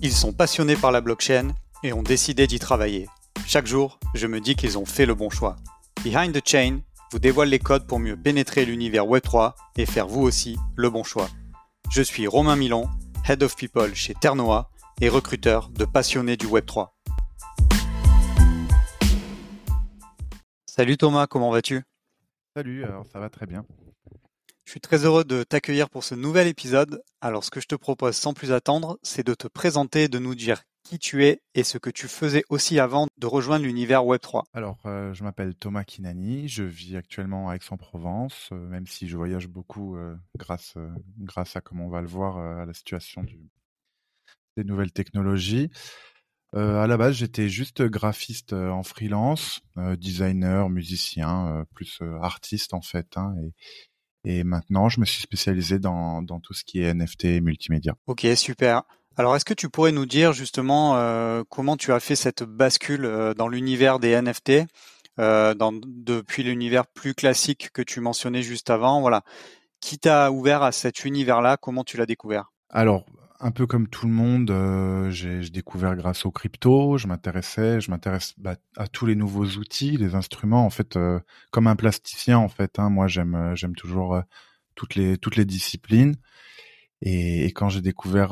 Ils sont passionnés par la blockchain et ont décidé d'y travailler. Chaque jour, je me dis qu'ils ont fait le bon choix. Behind the Chain vous dévoile les codes pour mieux pénétrer l'univers Web3 et faire vous aussi le bon choix. Je suis Romain Milon, Head of People chez Ternoa et recruteur de passionnés du Web3. Salut Thomas, comment vas-tu ? Salut, alors ça va très bien. Je suis très heureux de t'accueillir pour ce nouvel épisode. Alors ce que je te propose sans plus attendre, c'est de te présenter, de nous dire qui tu es et ce que tu faisais aussi avant de rejoindre l'univers Web3. Alors, je m'appelle Thomas Kinani, je vis actuellement à Aix-en-Provence, même si je voyage beaucoup grâce à, comme on va le voir, à la situation des nouvelles technologies. À la base, j'étais juste graphiste en freelance, designer, musicien, plus artiste en fait, hein, et maintenant, je me suis spécialisé dans tout ce qui est NFT et multimédia. Ok, super. Alors est-ce que tu pourrais nous dire justement comment tu as fait cette bascule dans l'univers des NFT, depuis l'univers plus classique que tu mentionnais juste avant, voilà. Qui t'a ouvert à cet univers-là? Comment tu l'as découvert? Alors, un peu comme tout le monde, j'ai découvert grâce aux cryptos. Je m'intéresse à tous les nouveaux outils, les instruments. En fait, comme un plasticien, en fait, hein, moi j'aime toujours toutes les disciplines. Et quand j'ai découvert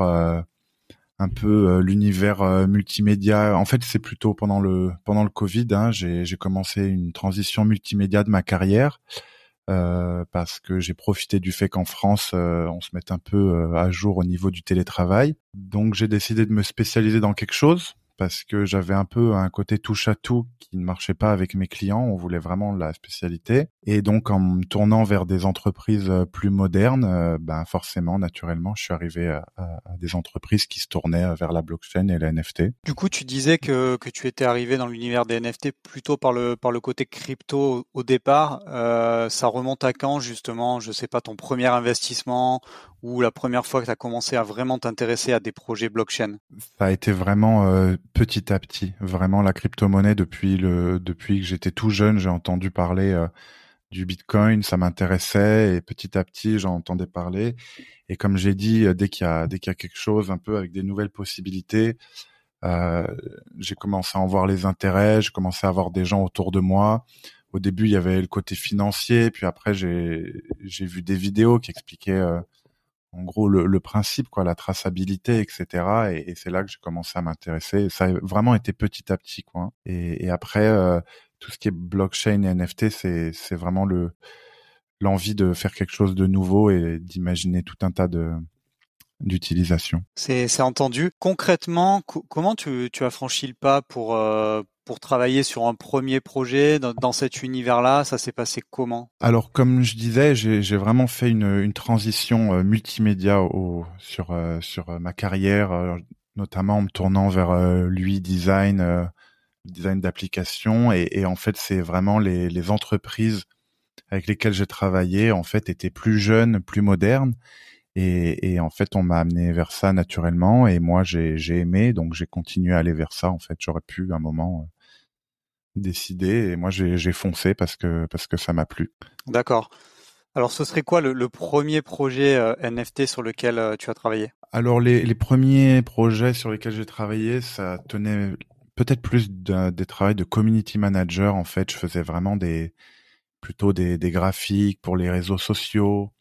un peu l'univers multimédia, en fait, c'est plutôt pendant le Covid. Hein, j'ai commencé une transition multimédia de ma carrière. Parce que j'ai profité du fait qu'en France, on se mette un peu à jour au niveau du télétravail. Donc j'ai décidé de me spécialiser dans quelque chose parce que j'avais un peu un côté touche à tout qui ne marchait pas avec mes clients. On voulait vraiment la spécialité. Et donc en me tournant vers des entreprises plus modernes, forcément, naturellement, je suis arrivé à des entreprises qui se tournaient vers la blockchain et la NFT. Du coup, tu disais que tu étais arrivé dans l'univers des NFT plutôt par le côté crypto au départ. Ça remonte à quand justement, je sais pas, ton premier investissement ou la première fois que tu as commencé à vraiment t'intéresser à des projets blockchain? Ça a été vraiment petit à petit, vraiment la crypto-monnaie depuis que j'étais tout jeune, j'ai entendu parler du Bitcoin, ça m'intéressait et petit à petit j'en entendais parler. Et comme j'ai dit, dès qu'il y a quelque chose un peu avec des nouvelles possibilités, euh, j'ai commencé à en voir les intérêts, j'ai commencé à avoir des gens autour de moi. Au début, il y avait le côté financier, puis après j'ai vu des vidéos qui expliquaient en gros le principe, quoi, la traçabilité, etc. Et c'est là que j'ai commencé à m'intéresser. Et ça a vraiment été petit à petit, quoi. Et après, tout ce qui est blockchain et NFT, c'est vraiment l'envie de faire quelque chose de nouveau et d'imaginer tout un tas d'utilisations. C'est entendu. Concrètement, comment tu as franchi le pas pour travailler sur un premier projet dans cet univers-là? Ça s'est passé comment? Alors, comme je disais, j'ai vraiment fait une transition multimédia sur ma carrière, notamment en me tournant vers l'UI design, design d'application. Et en fait, c'est vraiment les entreprises avec lesquelles j'ai travaillé, en fait, étaient plus jeunes, plus modernes. Et en fait, on m'a amené vers ça naturellement. Et moi, j'ai aimé, donc j'ai continué à aller vers ça. En fait, j'aurais pu à un moment décider. Et moi, j'ai foncé parce que ça m'a plu. D'accord. Alors, ce serait quoi le premier projet NFT sur lequel tu as travaillé? Alors, les premiers projets sur lesquels j'ai travaillé, ça tenait peut-être plus des travails de community manager. En fait, je faisais vraiment plutôt des graphiques pour les réseaux sociaux,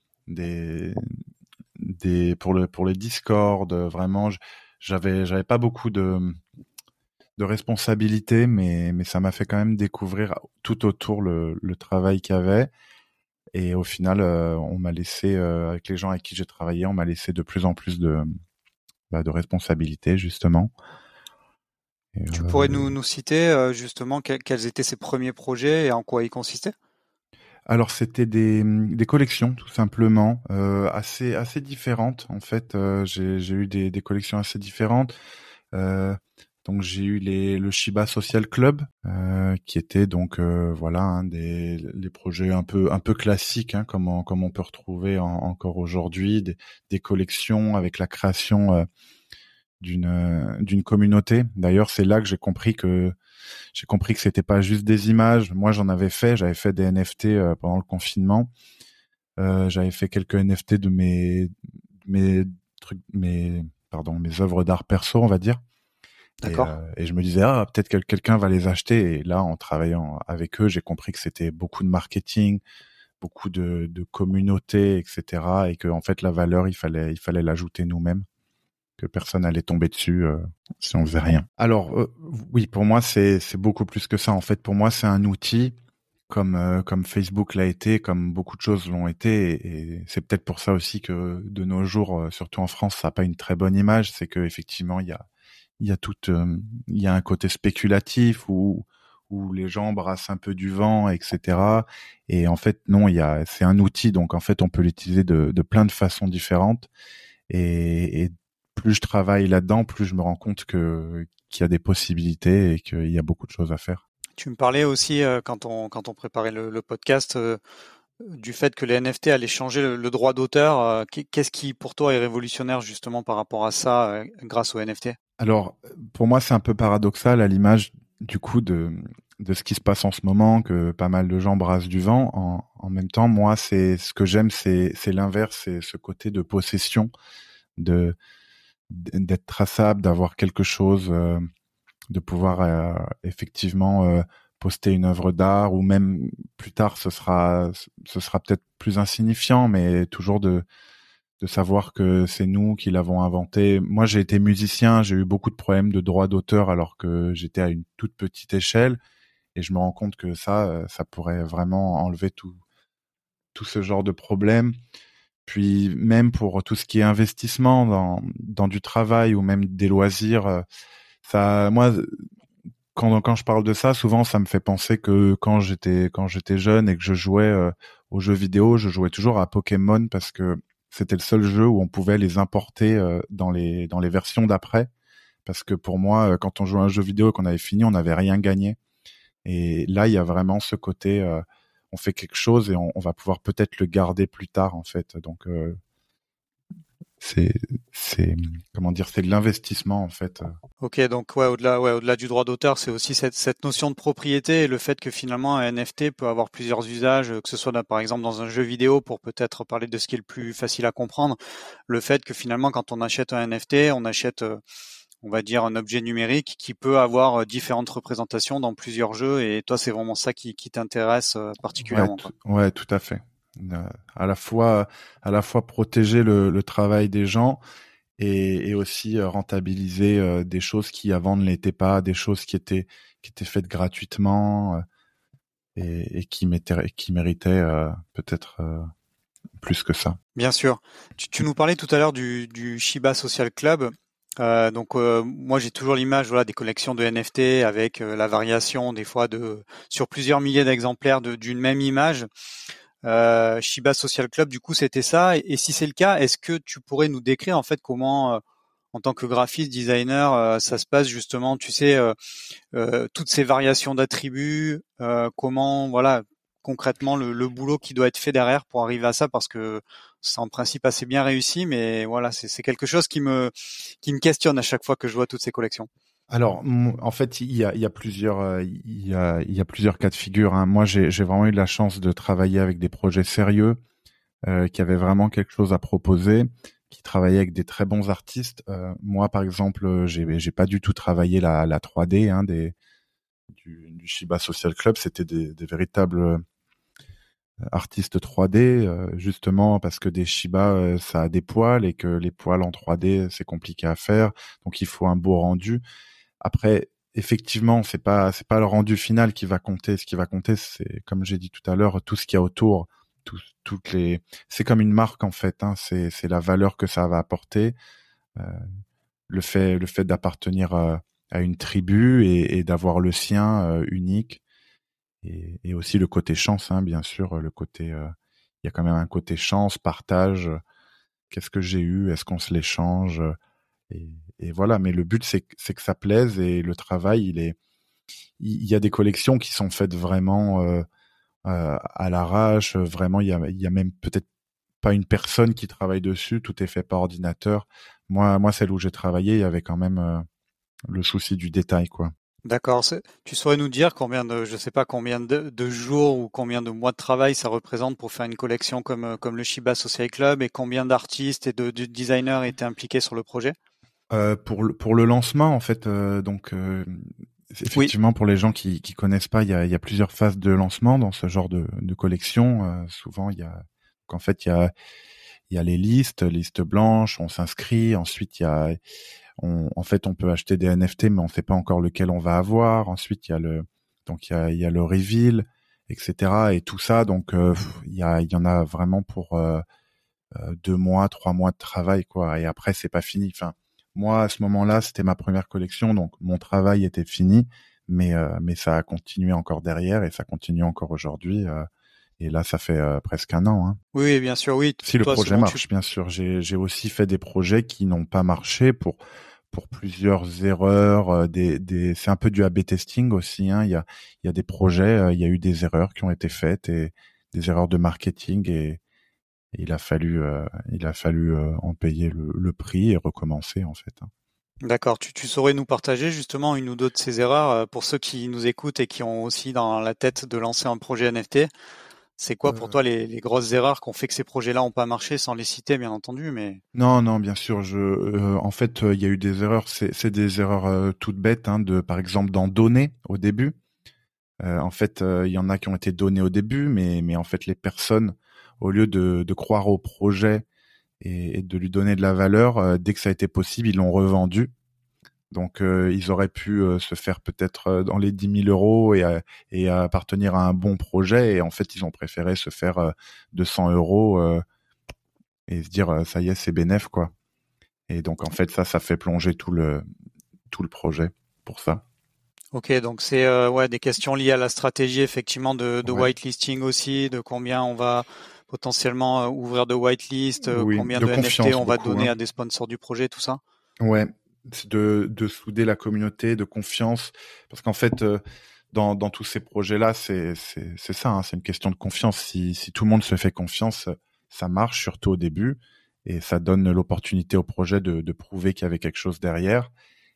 pour les Discord. Vraiment, j'avais pas beaucoup de responsabilités, mais ça m'a fait quand même découvrir tout autour le travail qu'il y avait. Et au final, on m'a laissé, avec les gens avec qui j'ai travaillé, on m'a laissé de plus en plus de responsabilités, justement. Et, Tu pourrais nous citer justement quels étaient ces premiers projets et en quoi ils consistaient? alors, c'était des collections, tout simplement, assez différentes. En fait, j'ai eu des collections assez différentes. Euh, donc, j'ai eu le Shiba Social Club, qui était donc voilà les projets un peu classiques, hein, comme on peut retrouver encore aujourd'hui, des collections avec la création d'une communauté. D'ailleurs, c'est là que j'ai compris que c'était pas juste des images. Moi, j'avais fait des NFT pendant le confinement. J'avais fait quelques NFT de mes trucs, mes œuvres d'art perso, on va dire. D'accord. Et je me disais, peut-être que quelqu'un va les acheter. Et là, en travaillant avec eux, j'ai compris que c'était beaucoup de marketing, beaucoup de communauté, etc. Et que, en fait, la valeur, il fallait l'ajouter nous-mêmes, que personne allait tomber dessus si on faisait rien. Alors, oui, pour moi, c'est beaucoup plus que ça. En fait, pour moi, c'est un outil comme Facebook l'a été, comme beaucoup de choses l'ont été, et c'est peut-être pour ça aussi que de nos jours, surtout en France, ça n'a pas une très bonne image. C'est que effectivement, il y a un côté spéculatif où les gens brassent un peu du vent, etc. Et en fait, non, c'est un outil, donc en fait, on peut l'utiliser de plein de façons différentes. Et plus je travaille là-dedans, plus je me rends compte qu'il y a des possibilités et qu'il y a beaucoup de choses à faire. Tu me parlais aussi quand on préparait le podcast du fait que les NFT allaient changer le droit d'auteur. Qu'est-ce qui pour toi est révolutionnaire justement par rapport à ça grâce aux NFT? Alors, pour moi, c'est un peu paradoxal à l'image du coup de ce qui se passe en ce moment, que pas mal de gens brassent du vent. En même temps, moi, c'est ce que j'aime, c'est l'inverse, c'est ce côté de possession, de d'être traçable, d'avoir quelque chose, de pouvoir effectivement poster une œuvre d'art, ou même plus tard, ce sera peut-être plus insignifiant, mais toujours de savoir que c'est nous qui l'avons inventé. Moi, j'ai été musicien, j'ai eu beaucoup de problèmes de droit d'auteur alors que j'étais à une toute petite échelle, et je me rends compte que ça pourrait vraiment enlever tout ce genre de problèmes. Puis même pour tout ce qui est investissement dans du travail ou même des loisirs, moi, quand je parle de ça, souvent ça me fait penser que quand j'étais jeune et que je jouais aux jeux vidéo, je jouais toujours à Pokémon parce que c'était le seul jeu où on pouvait les importer dans les versions d'après. Parce que pour moi, quand on jouait à un jeu vidéo et qu'on avait fini, on n'avait rien gagné. Et là, il y a vraiment ce côté, on fait quelque chose et on va pouvoir peut-être le garder plus tard, en fait. Donc c'est c'est comment dire, c'est de l'investissement, en fait. Ok, donc au-delà du droit d'auteur, c'est aussi cette notion de propriété et le fait que finalement un NFT peut avoir plusieurs usages, que ce soit par exemple dans un jeu vidéo pour peut-être parler de ce qui est le plus facile à comprendre, le fait que finalement quand on achète un NFT, on achète on va dire un objet numérique qui peut avoir différentes représentations dans plusieurs jeux et toi c'est vraiment ça qui t'intéresse Ouais, particulièrement quoi. ouais, tout à fait. Euh, à la fois, à la fois protéger le travail des gens et aussi rentabiliser des choses qui avant ne l'étaient pas, des choses qui étaient faites gratuitement et qui méritaient peut-être plus que ça. Bien sûr. Tu nous parlais tout à l'heure du Shiba Social Club. Moi j'ai toujours l'image voilà des collections de NFT avec la variation des fois de sur plusieurs milliers d'exemplaires d'une même image. Shiba Social Club du coup c'était ça et si c'est le cas, est-ce que tu pourrais nous décrire en fait comment en tant que graphiste designer ça se passe justement, tu sais toutes ces variations d'attributs, comment voilà concrètement le boulot qui doit être fait derrière pour arriver à ça parce que c'est en principe assez bien réussi, mais voilà c'est quelque chose qui me questionne à chaque fois que je vois toutes ces collections. Alors, en fait, il y a plusieurs, il y a plusieurs cas de figure, hein. Moi, j'ai vraiment eu de la chance de travailler avec des projets sérieux qui avaient vraiment quelque chose à proposer, qui travaillaient avec des très bons artistes. Moi, par exemple, j'ai pas du tout travaillé la 3D du Shiba Social Club. C'était des véritables artistes 3D, justement parce que des Shiba, ça a des poils et que les poils en 3D, c'est compliqué à faire. Donc, il faut un beau rendu. Après, effectivement, c'est pas le rendu final qui va compter. Ce qui va compter, c'est, comme j'ai dit tout à l'heure, tout ce qu'il y a autour, toutes les. C'est comme une marque en fait, hein. C'est la valeur que ça va apporter, euh, le fait d'appartenir à une tribu et d'avoir le sien unique, et aussi le côté chance, hein, bien sûr, le côté. Il y a quand même un côté chance, partage. Qu'est-ce que j'ai eu? Est-ce qu'on se l'échange? Et, et voilà, mais le but c'est que ça plaise, et le travail il y a des collections qui sont faites vraiment à l'arrache, vraiment il y a même peut-être pas une personne qui travaille dessus, tout est fait par ordinateur. Moi celle où j'ai travaillé, il y avait quand même le souci du détail, quoi. D'accord. Tu saurais nous dire je sais pas combien de jours ou combien de mois de travail ça représente pour faire une collection comme le Shiba Social Club et combien d'artistes et de designers étaient impliqués sur le projet? Pour le lancement, en fait, Oui, effectivement, pour les gens qui connaissent pas, il y a plusieurs phases de lancement dans ce genre de collection. Souvent, donc en fait, il y a les listes blanches, on s'inscrit. Ensuite, en fait, on peut acheter des NFT, mais on sait pas encore lequel on va avoir. Ensuite, il y a le reveal, etc. Et tout ça, donc il y en a vraiment pour 2 mois, 3 mois de travail, quoi. Et après, c'est pas fini. Enfin, moi, à ce moment-là, c'était ma première collection, donc mon travail était fini, mais ça a continué encore derrière et ça continue encore aujourd'hui. Et là, ça fait presque un an, hein. oui, bien sûr, oui. Si le Toi, ce projet dont tu marche, bien sûr. J'ai aussi fait des projets qui n'ont pas marché pour plusieurs erreurs. C'est un peu du A/B testing aussi, hein. Il y a des projets, il y a eu des erreurs qui ont été faites et des erreurs de marketing et il a fallu en payer le prix et recommencer en fait, hein. D'accord, tu saurais nous partager justement une ou deux de ces erreurs pour ceux qui nous écoutent et qui ont aussi dans la tête de lancer un projet NFT. C'est quoi pour toi les grosses erreurs qui ont fait que ces projets-là n'ont pas marché, sans les citer bien entendu, mais Non, non, bien sûr. En fait, il y a eu des erreurs. C'est des erreurs toutes bêtes, hein, par exemple, d'en donner au début. En fait, il y en a qui ont été donnés au début, mais en fait, les personnes, au lieu de croire au projet et de lui donner de la valeur, dès que ça a été possible, ils l'ont revendu. Donc, ils auraient pu se faire peut-être dans les 10 000 € et appartenir à un bon projet. Et en fait, ils ont préféré se faire 200 € et se dire ça y est, c'est bénef, quoi. Et donc, en fait, ça fait plonger tout le projet pour ça. ok, donc c'est ouais des questions liées à la stratégie effectivement de Ouais. whitelisting aussi, de combien on va potentiellement ouvrir de whitelist, Oui, combien de de NFT confiance on va beaucoup, donner hein. à des sponsors du projet, tout ça. Ouais, c'est de souder la communauté, de confiance, parce qu'en fait, dans tous ces projets-là, c'est ça, hein, c'est une question de confiance. Si tout le monde se fait confiance, ça marche, surtout au début, et ça donne l'opportunité au projet de prouver qu'il y avait quelque chose derrière.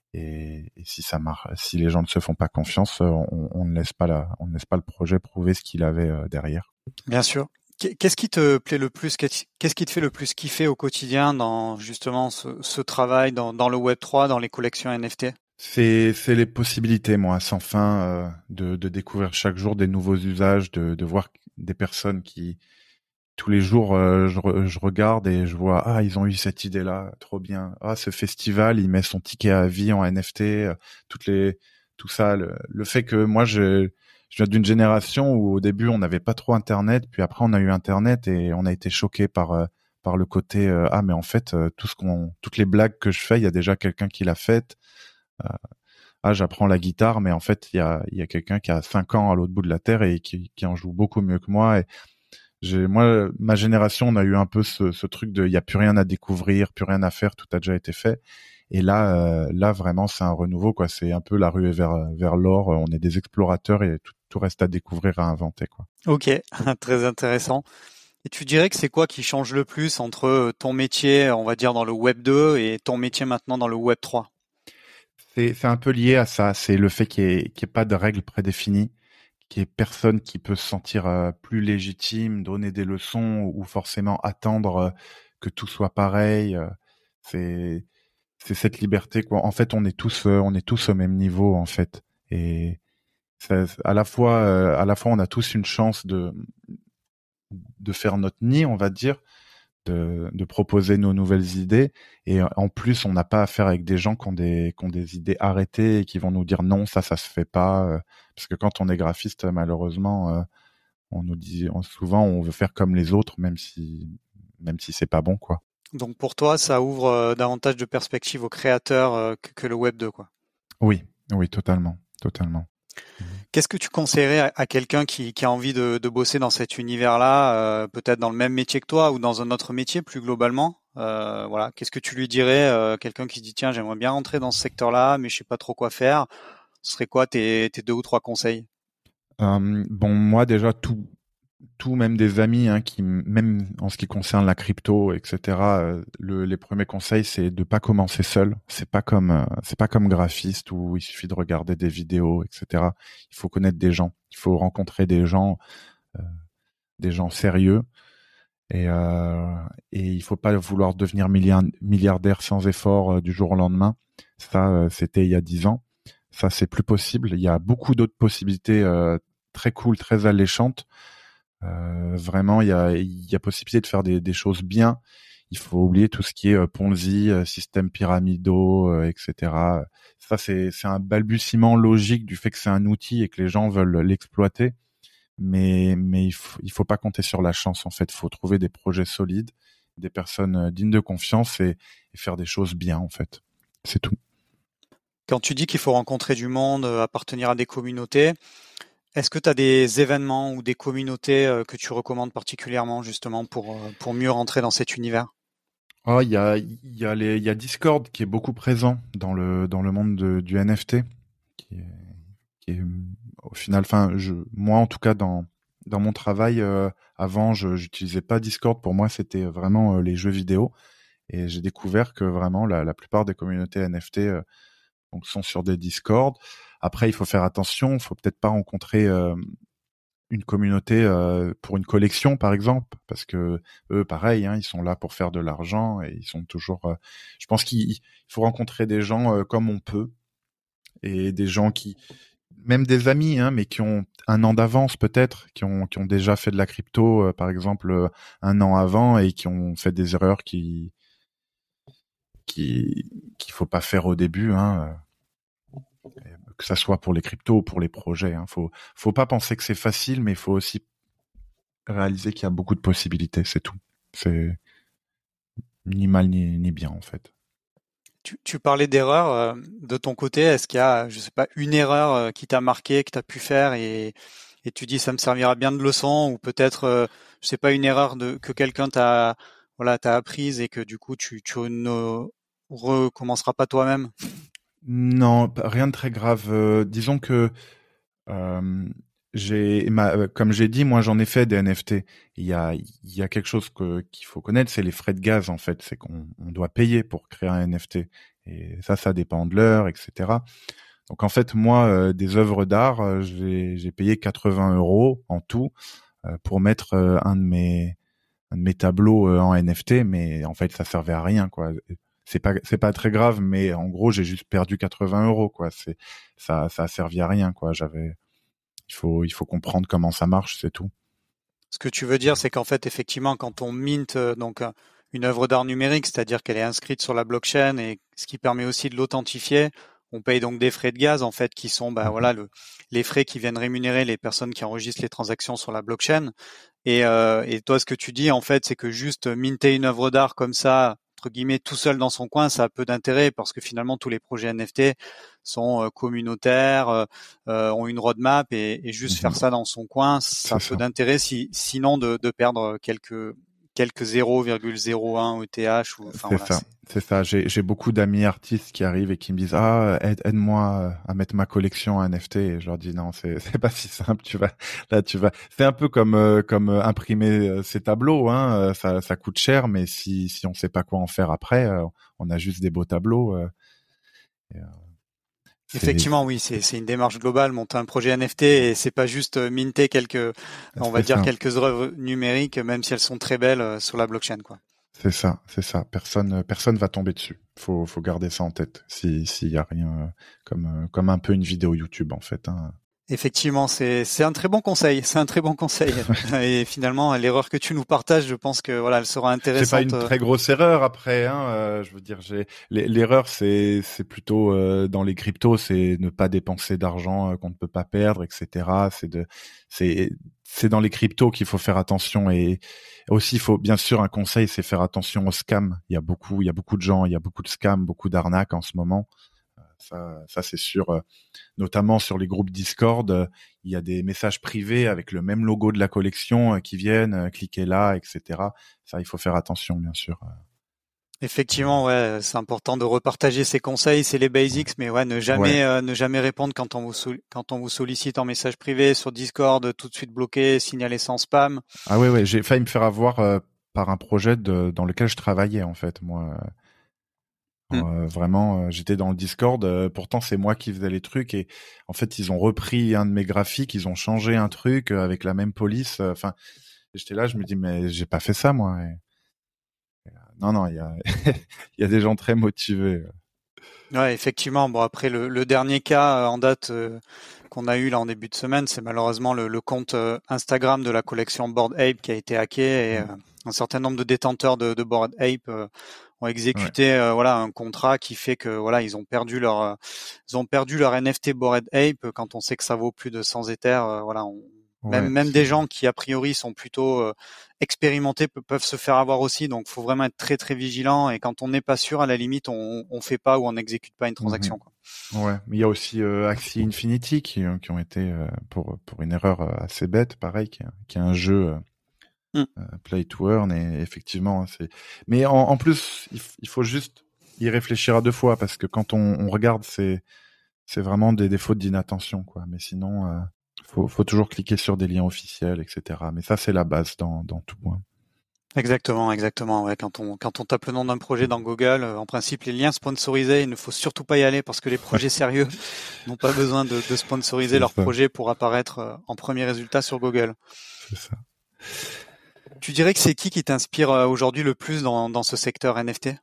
Et si ça marche, si les gens ne se font pas confiance, on ne laisse pas on ne laisse pas le projet prouver ce qu'il avait derrière. Bien sûr. Qu'est-ce qui te plaît le plus? Qu'est-ce qui te fait le plus kiffer au quotidien dans justement ce travail dans le Web3, dans les collections NFT? C'est les possibilités, moi, sans fin, de découvrir chaque jour des nouveaux usages, de voir des personnes qui tous les jours, je regarde et je vois, ah, ils ont eu cette idée-là, trop bien. Ah, ce festival, il met son ticket à vie en NFT, toutes les, tout ça, le fait que moi, je viens d'une génération où au début, on n'avait pas trop Internet, puis après, on a eu Internet et on a été choqué par le côté, ah, mais en fait, toutes les blagues que je fais, il y a déjà quelqu'un qui l'a fait. Ah, j'apprends la guitare, mais en fait, il y a quelqu'un qui a 5 ans à l'autre bout de la terre et qui en joue beaucoup mieux que moi. Et moi, ma génération, on a eu un peu ce truc de, il y a plus rien à découvrir, plus rien à faire, tout a déjà été fait. Et là, vraiment, c'est un renouveau, quoi. C'est un peu la ruée vers l'or. On est des explorateurs et tout reste à découvrir, à inventer, quoi. Ok, très intéressant. Et tu dirais que c'est quoi qui change le plus entre ton métier, on va dire dans le Web 2 et ton métier maintenant dans le Web 3? C'est un peu lié à ça. C'est le fait qu'il y ait pas de règles prédéfinies, qu'il y ait personne qui peut se sentir plus légitime, donner des leçons ou forcément attendre que tout soit pareil. C'est c'est cette liberté, quoi. En fait, on est tous au même niveau, en fait. Et à la fois, on a tous une chance de faire notre nid, on va dire, de proposer nos nouvelles idées. Et en plus, on n'a pas affaire avec des gens qui ont des idées arrêtées et qui vont nous dire non, ça se fait pas. Parce que quand on est graphiste, malheureusement, on nous dit souvent on veut faire comme les autres, même si c'est pas bon, quoi. Donc pour toi, ça ouvre davantage de perspectives aux créateurs que le Web 2, quoi. Oui, oui, totalement, totalement. Mhm. Qu'est-ce que tu conseillerais à quelqu'un qui a envie de bosser dans cet univers-là, peut-être dans le même métier que toi ou dans un autre métier plus globalement? Voilà, qu'est-ce que tu lui dirais, quelqu'un qui se dit tiens, j'aimerais bien rentrer dans ce secteur-là, mais je sais pas trop quoi faire. Ce serait quoi tes deux ou trois conseils? Bon, moi déjà même des amis, hein, même en ce qui concerne la crypto, etc. Les premiers conseils, c'est de pas commencer seul. C'est pas comme graphiste où il suffit de regarder des vidéos, etc. Il faut connaître des gens, il faut rencontrer euh, des gens sérieux Et, euh, et il faut pas vouloir devenir milliardaire sans effort du jour au lendemain. Ça, c'était il y a 10 ans. Ça, c'est plus possible. Il y a beaucoup d'autres possibilités très cool, très alléchantes. Vraiment, il y a possibilité de faire des choses bien. Il faut oublier tout ce qui est Ponzi, système pyramidaux, etc. Ça, c'est un balbutiement logique du fait que c'est un outil et que les gens veulent l'exploiter. Mais il faut pas compter sur la chance, en fait. Il faut trouver des projets solides, des personnes dignes de confiance et faire des choses bien, en fait. C'est tout. Quand tu dis qu'il faut rencontrer du monde, appartenir à des communautés, est-ce que tu as des événements ou des communautés que tu recommandes particulièrement justement pour mieux rentrer dans cet univers? Ah, il y a Discord qui est beaucoup présent dans le monde du NFT, qui est, qui est au final, enfin, moi en tout cas dans mon travail avant, j'utilisais pas Discord. Pour moi, c'était vraiment les jeux vidéo, et j'ai découvert que vraiment la plupart des communautés NFT donc sont sur des Discord. Après, il faut faire attention, il faut peut-être pas rencontrer une communauté pour une collection, par exemple, parce que eux, pareil, hein, ils sont là pour faire de l'argent et ils sont toujours. Je pense qu'il faut rencontrer des gens comme on peut, et des gens qui, même des amis, hein, mais qui ont un an d'avance peut-être, qui ont déjà fait de la crypto, par exemple, un an avant, et qui ont fait des erreurs qu'il faut pas faire au début, hein, que ça soit pour les cryptos ou pour les projets. Hein. Faut pas penser que c'est facile, mais il faut aussi réaliser qu'il y a beaucoup de possibilités, c'est tout. C'est ni mal ni bien, en fait. Tu parlais d'erreurs de ton côté. Est-ce qu'il y a, je sais pas, une erreur qui t'a marqué, que tu as pu faire et tu dis ça me servira bien de leçon ou peut-être, je sais pas, une erreur que quelqu'un t'a apprise et que du coup tu ne recommenceras pas toi-même? Non, rien de très grave. Disons que euh, comme j'ai dit, moi j'en ai fait des NFT. Il y a quelque chose qu'il faut connaître, c'est les frais de gaz, en fait. C'est qu'on doit payer pour créer un NFT. Et ça dépend de l'heure, etc. Donc en fait, moi, des œuvres d'art, j'ai payé 80 € en tout pour mettre un de mes tableaux en NFT, mais en fait, ça servait à rien, quoi. C'est pas très grave, mais en gros, j'ai juste perdu 80 €, quoi. Ça a servi à rien, quoi. Il faut comprendre comment ça marche, c'est tout. Ce que tu veux dire, c'est qu'en fait, effectivement, quand on mint une œuvre d'art numérique, c'est-à-dire qu'elle est inscrite sur la blockchain et ce qui permet aussi de l'authentifier, on paye donc des frais de gaz en fait qui sont Mhm. les frais qui viennent rémunérer les personnes qui enregistrent les transactions sur la blockchain. Et toi, ce que tu dis en fait, c'est que juste minter une œuvre d'art comme ça, entre guillemets, tout seul dans son coin, ça a peu d'intérêt parce que finalement tous les projets NFT sont communautaires, ont une roadmap et juste faire Mhm. ça dans son coin, ça C'est a peu ça. d'intérêt sinon de perdre quelques 0,01 ETH ou enfin C'est voilà, ça, c'est c'est ça. J'ai beaucoup d'amis artistes qui arrivent et qui me disent aide-moi à mettre ma collection en NFT, et je leur dis non, c'est pas si simple. Tu vas c'est un peu comme imprimer ces tableaux, hein. Ça coûte cher, mais si on sait pas quoi en faire après, on a juste des beaux tableaux. Et, c'est effectivement, oui, c'est une démarche globale, monter un projet NFT et c'est pas juste minter on va c'est dire ça. quelques œuvres numériques, même si elles sont très belles sur la blockchain, quoi. C'est ça. Personne va tomber dessus. Faut garder ça en tête. S'il y a rien comme un peu une vidéo YouTube, en fait, hein. Effectivement, c'est un très bon conseil. C'est un très bon conseil. Et finalement, l'erreur que tu nous partages, je pense que voilà, elle sera C'est pas intéressante. une très grosse erreur après, hein. Je veux dire, l'erreur, c'est plutôt dans les cryptos, c'est ne pas dépenser d'argent qu'on ne peut pas perdre, etc. C'est c'est dans les cryptos qu'il faut faire attention, et aussi il faut bien sûr, un conseil, c'est faire attention aux scams. Il y a beaucoup de gens, il y a beaucoup de scams, beaucoup d'arnaques en ce moment. Ça c'est sûr. Notamment sur les groupes Discord, il y a des messages privés avec le même logo de la collection qui viennent, cliquez là, etc. Ça, il faut faire attention, bien sûr. Effectivement, ouais, c'est important de repartager ces conseils, c'est les basics, mais ouais, Ouais. ne jamais répondre quand on vous sollicite en message privé sur Discord, tout de suite bloquer, signaler sans spam. Ah ouais, ouais, j'ai failli me faire avoir par un projet dans lequel je travaillais, en fait, moi. Hmm. Vraiment, j'étais dans le Discord. Pourtant, c'est moi qui faisais les trucs, et en fait, ils ont repris un de mes graphiques, ils ont changé un truc avec la même police. Enfin, Et j'étais là, je me dis mais j'ai pas fait ça moi. Non, non, il y a, il y a des gens très motivés. Ouais, effectivement. Bon, après, le dernier cas en date qu'on a eu là en début de semaine, c'est malheureusement le compte Instagram de la collection Bored Ape qui a été hacké et Mm. un certain nombre de détenteurs de Bored Ape ont Ouais. exécuté voilà un contrat qui fait que voilà ils ont perdu leur NFT Bored Ape quand on sait que ça vaut plus de 100 Ethers. Voilà, Ouais, même des gens qui a priori sont plutôt expérimentés peuvent se faire avoir aussi, donc faut vraiment être très très vigilant et quand on n'est pas sûr, à la limite, on fait pas ou on n'exécute pas une Mhm. transaction, quoi. Ouais, mais il y a aussi Axie Infinity qui ont été pour une erreur assez bête, pareil, qui est un jeu Hmm. play to earn et effectivement, hein, c'est. Mais en plus, il faut juste y réfléchir à deux fois parce que quand on regarde, c'est vraiment des fautes d'inattention, quoi. Mais sinon, faut toujours cliquer sur des liens officiels, etc. Mais ça, c'est la base dans tout, hein. Exactement, exactement. Ouais, quand on tape le nom d'un projet dans Google, en principe, les liens sponsorisés, il ne faut surtout pas y aller parce que les projets sérieux n'ont pas besoin de sponsoriser C'est leur ça, projet pour apparaître en premier résultat sur Google. c'est ça. Tu dirais que c'est qui t'inspire aujourd'hui le plus dans ce secteur NFT?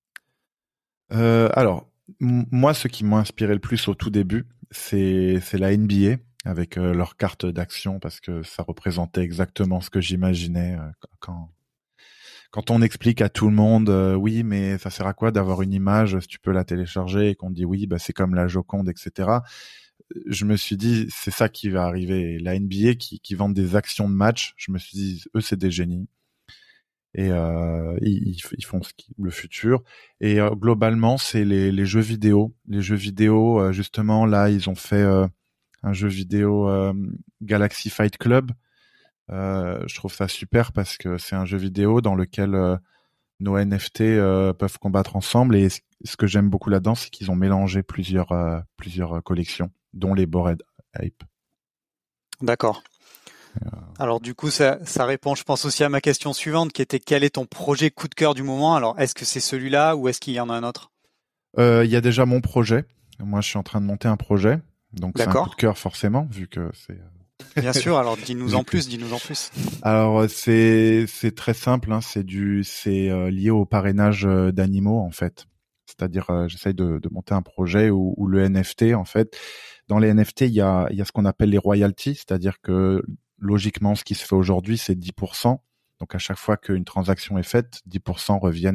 Alors, moi, ce qui m'a inspiré le plus au tout début, c'est la NBA avec leur carte d'action parce que ça représentait exactement ce que j'imaginais quand quand on explique à tout le monde, oui, mais ça sert à quoi d'avoir une image si tu peux la télécharger et qu'on dit oui, bah c'est comme la Joconde, etc. Je me suis dit c'est ça qui va arriver. Et la NBA qui vend des actions de match, je me suis dit eux c'est des génies et ils font le futur. Et globalement c'est les jeux vidéo. Les jeux vidéo justement là ils ont fait un jeu vidéo Galaxy Fight Club. Je trouve ça super parce que c'est un jeu vidéo dans lequel nos NFT peuvent combattre ensemble. Et ce que j'aime beaucoup là-dedans, c'est qu'ils ont mélangé plusieurs collections, dont les Bored Ape. D'accord. Alors du coup, ça répond, je pense aussi à ma question suivante, qui était quel est ton projet coup de cœur du moment? Alors, est-ce que c'est celui-là ou est-ce qu'il y en a un autre? Il y a déjà mon projet. Moi, je suis en train de monter un projet. Donc, c'est un coup de D'accord. cœur forcément, vu que c'est... Bien sûr. Alors, dis-nous vu en que... plus, dis-nous en plus. Alors, c'est très simple. Hein, c'est lié au parrainage d'animaux, en fait. C'est-à-dire, j'essaye de monter un projet où le NFT, en fait, dans les NFT, il y a ce qu'on appelle les royalties, c'est-à-dire que logiquement, ce qui se fait aujourd'hui, c'est 10%. Donc à chaque fois qu'une transaction est faite, 10% reviennent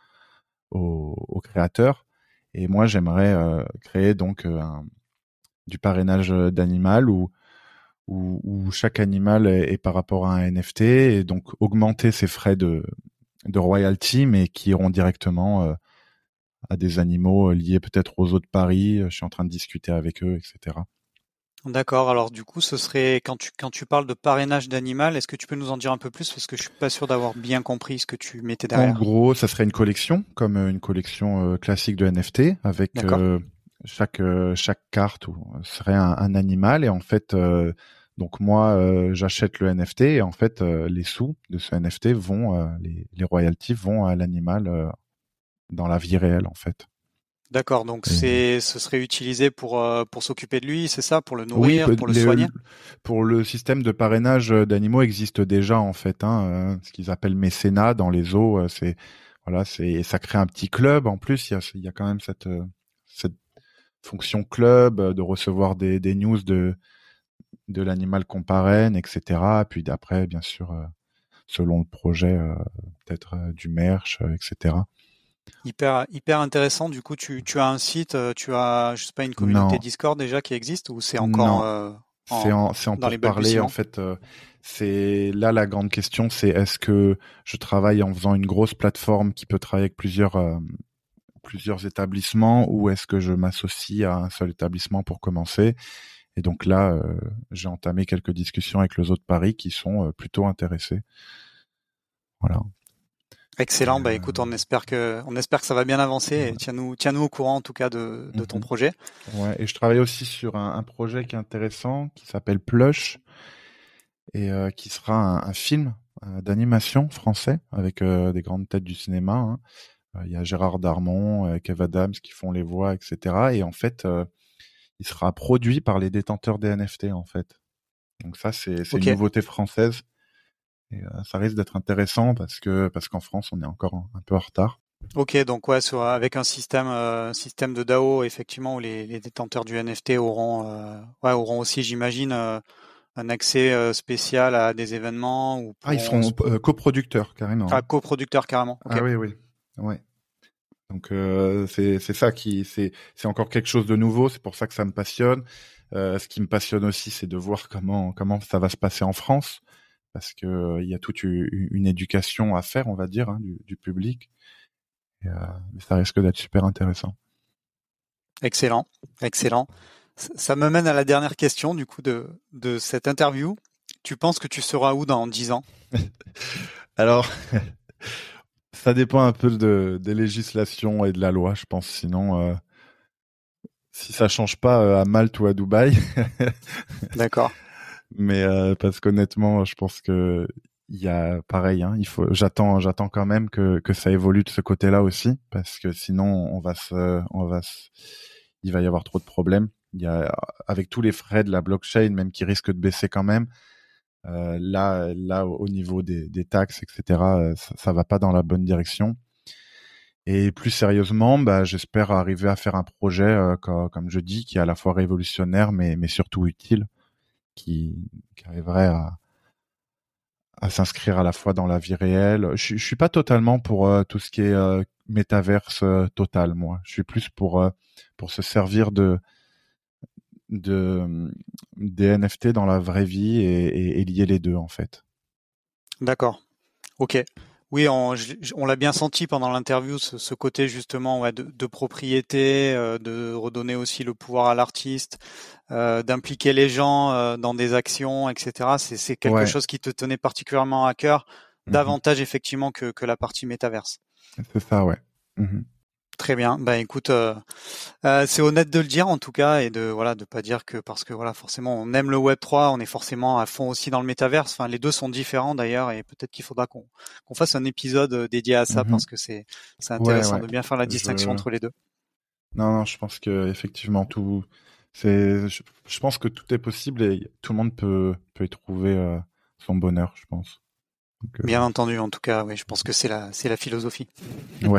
au créateur. Et moi, j'aimerais créer donc du parrainage d'animal où chaque animal est par rapport à un NFT et donc augmenter ses frais de royalty, mais qui iront directement à des animaux liés peut-être aux eaux de Paris. Je suis en train de discuter avec eux, etc. D'accord. Alors du coup, ce serait quand tu parles de parrainage d'animal, est-ce que tu peux nous en dire un peu plus parce que je suis pas sûr d'avoir bien compris ce que tu mettais En derrière. gros, ça serait une collection, comme une collection classique de NFT, avec D'accord. chaque carte serait un animal. Et en fait, donc moi, j'achète le NFT et en fait, les sous de ce NFT vont, les royalties vont à l'animal dans la vie réelle, en fait. D'accord. Donc Et, ce serait utilisé pour s'occuper de lui, c'est ça, pour le oui, nourrir, pour le soigner? pour le système de parrainage d'animaux existe déjà en fait, hein, ce qu'ils appellent mécénat dans les zoos. C'est voilà, ça crée un petit club. En plus, il y a quand même cette fonction club de recevoir des news de l'animal qu'on parraine, etc. Puis d'après, bien sûr, selon le projet, peut-être du merch, etc. Hyper intéressant. Du coup, tu as un site, tu as, je sais pas, une communauté Non, Discord déjà qui existe ou c'est encore non. C'est en dans les pourparler en balbutiements? fait. C'est là la grande question, c'est est-ce que je travaille en faisant une grosse plateforme qui peut travailler avec plusieurs établissements ou est-ce que je m'associe à un seul établissement pour commencer? Et donc là, j'ai entamé quelques discussions avec les autres paris qui sont plutôt intéressés. Voilà. Excellent. Bah écoute, on espère que ça va bien avancer et Voilà. tiens-nous au courant en tout cas de ton Mhm. projet. Ouais. Et je travaille aussi sur un projet qui est intéressant qui s'appelle Plush et qui sera un film d'animation français avec des grandes têtes du cinéma, hein. Il y a Gérard Darmon, Kev Adams qui font les voix, etc. Et en fait, il sera produit par les détenteurs des NFT, en fait. Donc ça, c'est une Ok. nouveauté française. Et ça risque d'être intéressant parce qu'en France, on est encore un peu en retard. Ok, donc ouais, avec un système de DAO, effectivement, où les détenteurs du NFT auront aussi, j'imagine, un accès spécial à des événements ou Ah, ils pourront seront coproducteurs carrément, hein. coproducteurs carrément. Ok, Ah oui, oui, ouais. Donc c'est ça c'est encore quelque chose de nouveau. C'est pour ça que ça me passionne. Ce qui me passionne aussi, c'est de voir comment ça va se passer en France, parce que il y a toute une éducation à faire, on va dire, hein, du public. Et, mais ça risque d'être super intéressant. excellent, excellent. Ça me mène à la dernière question du coup de cette interview. Tu penses que tu seras où dans 10 ans? Alors, ça dépend un peu des législations et de la loi, je pense. Sinon, si ça change pas à Malte ou à Dubaï, D'accord. mais parce qu'honnêtement, je pense que il y a pareil, hein, j'attends quand même que ça évolue de ce côté-là aussi, parce que sinon il va y avoir trop de problèmes. Il y a avec tous les frais de la blockchain, même qui risquent de baisser quand même. Là, au niveau des taxes, etc., ça va pas dans la bonne direction. Et plus sérieusement, bah, j'espère arriver à faire un projet, comme je dis, qui est à la fois révolutionnaire, mais surtout utile, qui arriverait à s'inscrire à la fois dans la vie réelle. Je suis pas totalement pour tout ce qui est métaverse total, moi. Je suis plus pour se servir de des NFT dans la vraie vie et lier les deux en fait. D'accord. Ok. Oui, on l'a bien senti pendant l'interview, ce côté justement ouais, de propriété, de redonner aussi le pouvoir à l'artiste, d'impliquer les gens dans des actions, etc. C'est quelque Ouais. chose qui te tenait particulièrement à cœur, Mhm. davantage effectivement que la partie métaverse. C'est ça, ouais. Mhm. Très bien. Ben écoute, c'est honnête de le dire en tout cas et de pas dire que parce que voilà forcément on aime le Web 3, on est forcément à fond aussi dans le métaverse. Enfin les deux sont différents d'ailleurs et peut-être qu'il faudra qu'on fasse un épisode dédié à ça Mhm. parce que c'est Ouais, intéressant ouais. de bien faire la distinction Je entre les deux. Non, je pense que effectivement je pense que tout est possible et tout le monde peut y trouver son bonheur, je pense. Donc, Bien entendu en tout cas, oui, je pense que c'est la philosophie. ouais.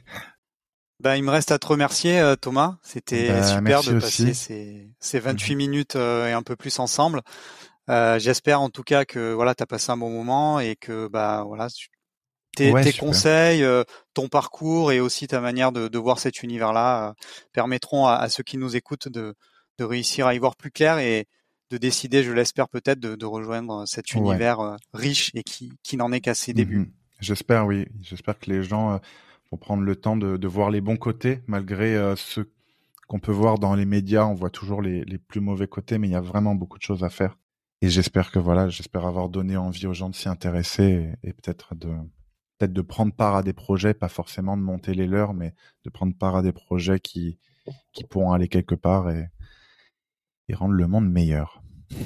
Ben il me reste à te remercier Thomas, c'était Bah, super de merci passer aussi. ces Mhm. 28 minutes et un peu plus ensemble. J'espère en tout cas que voilà, tu as passé un bon moment et que bah voilà, Ouais, tes super. conseils, ton parcours et aussi ta manière de voir cet univers-là permettront à ceux qui nous écoutent de réussir à y voir plus clair et de décider, je l'espère peut-être, de rejoindre cet Ouais. univers riche et qui n'en est qu'à ses débuts. Mhm. J'espère, oui. J'espère que les gens vont prendre le temps de voir les bons côtés, malgré ceux qu'on peut voir dans les médias. On voit toujours les plus mauvais côtés, mais il y a vraiment beaucoup de choses à faire. Et j'espère avoir donné envie aux gens de s'y intéresser et peut-être de prendre part à des projets, pas forcément de monter les leurs, mais de prendre part à des projets qui pourront aller quelque part et rendre le monde meilleur.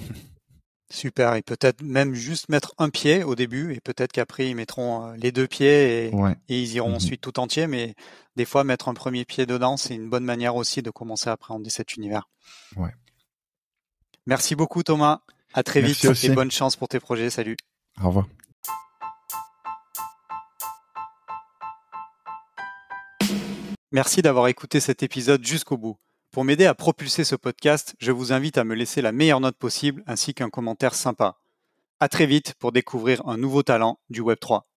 Super, et peut-être même juste mettre un pied au début, et peut-être qu'après ils mettront les deux pieds Ouais. et ils iront Mhm. ensuite tout entier, mais des fois mettre un premier pied dedans, c'est une bonne manière aussi de commencer à appréhender cet univers. Ouais. Merci beaucoup Thomas, à très Merci vite et aussi. bonne chance pour tes projets, salut. Au revoir. Merci d'avoir écouté cet épisode jusqu'au bout. Pour m'aider à propulser ce podcast, je vous invite à me laisser la meilleure note possible ainsi qu'un commentaire sympa. À très vite pour découvrir un nouveau talent du Web3.